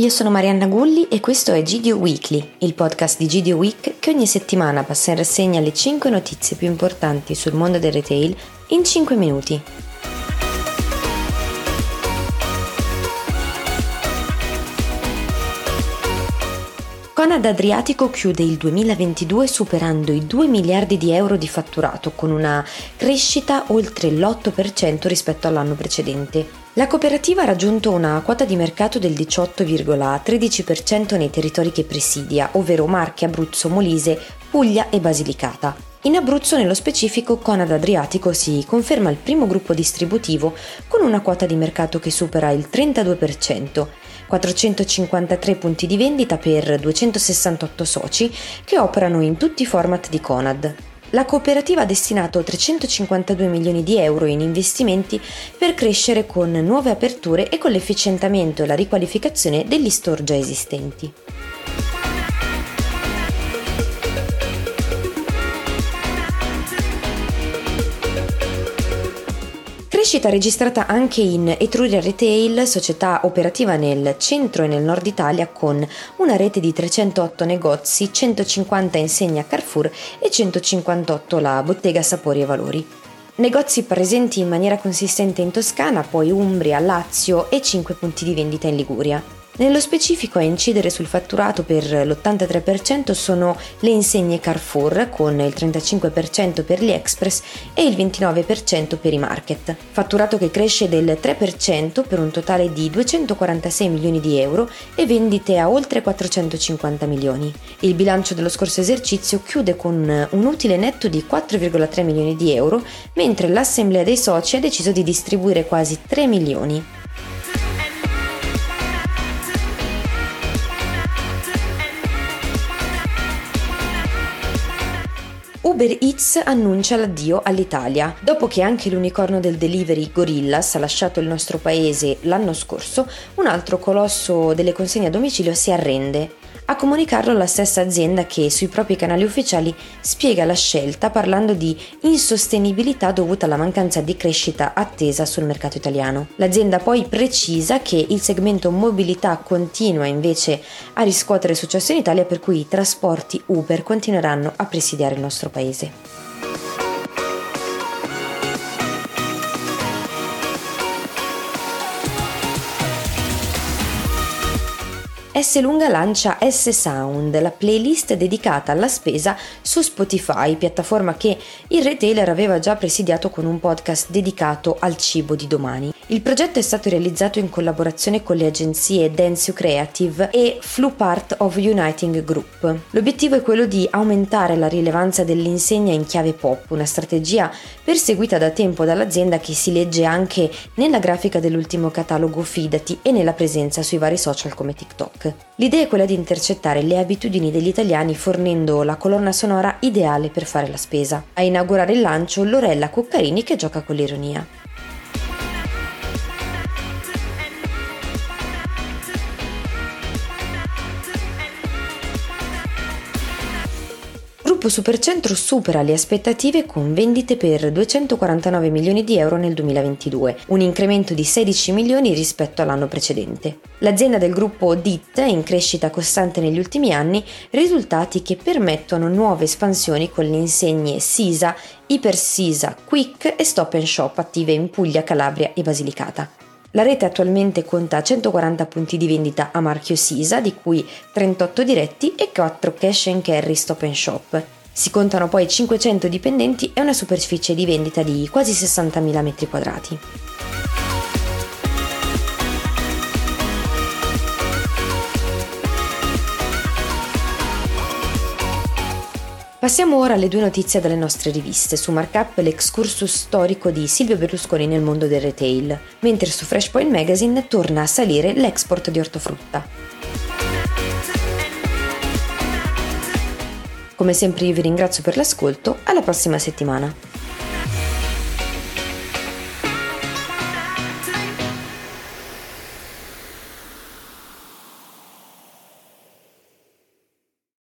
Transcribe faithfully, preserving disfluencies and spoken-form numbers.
Io sono Marianna Gulli e questo è G D O Weekly, il podcast di G D O Week che ogni settimana passa in rassegna le cinque notizie più importanti sul mondo del retail in cinque minuti. Conad Adriatico chiude il duemilaventidue superando i due miliardi di euro di fatturato con una crescita oltre l'otto per cento rispetto all'anno precedente. La cooperativa ha raggiunto una quota di mercato del diciotto virgola tredici per cento nei territori che presidia, ovvero Marche, Abruzzo, Molise, Puglia e Basilicata. In Abruzzo, nello specifico, Conad Adriatico si conferma il primo gruppo distributivo con una quota di mercato che supera il trentadue per cento, quattrocentocinquantatré punti di vendita per duecentosessantotto soci che operano in tutti i format di Conad. La cooperativa ha destinato trecentocinquantadue milioni di euro in investimenti per crescere con nuove aperture e con l'efficientamento e la riqualificazione degli store già esistenti. Crescita registrata anche in Etruria Retail, società operativa nel centro e nel nord Italia con una rete di trecentootto negozi, centocinquanta insegne a Carrefour e centocinquantotto la Bottega Sapori e Valori. Negozi presenti in maniera consistente in Toscana, poi Umbria, Lazio e cinque punti di vendita in Liguria. Nello specifico a incidere sul fatturato per l'ottantatré per cento sono le insegne Carrefour con il trentacinque per cento per gli Express e il ventinove per cento per i Market. Fatturato che cresce del tre per cento per un totale di duecentoquarantasei milioni di euro e vendite a oltre quattrocentocinquanta milioni. Il bilancio dello scorso esercizio chiude con un utile netto di quattro virgola tre milioni di euro, mentre l'assemblea dei soci ha deciso di distribuire quasi tre milioni. Uber Eats annuncia l'addio all'Italia. Dopo che anche l'unicorno del delivery Gorillas ha lasciato il nostro paese l'anno scorso, un altro colosso delle consegne a domicilio si arrende. A comunicarlo la stessa azienda che sui propri canali ufficiali spiega la scelta parlando di insostenibilità dovuta alla mancanza di crescita attesa sul mercato italiano. L'azienda poi precisa che il segmento mobilità continua invece a riscuotere successo in Italia, per cui i trasporti Uber continueranno a presidiare il nostro paese. Esselunga lancia S-Sound, la playlist dedicata alla spesa su Spotify, piattaforma che il retailer aveva già presidiato con un podcast dedicato al cibo di domani. Il progetto è stato realizzato in collaborazione con le agenzie Dentsu Creative e Flu Part of Uniting Group. L'obiettivo è quello di aumentare la rilevanza dell'insegna in chiave pop, una strategia perseguita da tempo dall'azienda che si legge anche nella grafica dell'ultimo catalogo Fidati e nella presenza sui vari social come TikTok. L'idea è quella di intercettare le abitudini degli italiani fornendo la colonna sonora ideale per fare la spesa. A inaugurare il lancio Lorella Cuccarini che gioca con l'ironia. Gruppo Supercentro supera le aspettative con vendite per duecentoquarantanove milioni di euro nel duemilaventidue, un incremento di sedici milioni rispetto all'anno precedente. L'azienda del gruppo D I T è in crescita costante negli ultimi anni, risultati che permettono nuove espansioni con le insegne Sisa, Iper Sisa, Quick e Stop and Shop attive in Puglia, Calabria e Basilicata. La rete attualmente conta centoquaranta punti di vendita a marchio Sisa, di cui trentotto diretti e quattro cash and carry Stop and Shop. Si contano poi cinquecento dipendenti e una superficie di vendita di quasi sessantamila metri quadrati. Passiamo ora alle due notizie dalle nostre riviste. Su Markup l'excursus storico di Silvio Berlusconi nel mondo del retail, mentre su Freshpoint Magazine torna a salire l'export di ortofrutta. Come sempre io vi ringrazio per l'ascolto, alla prossima settimana.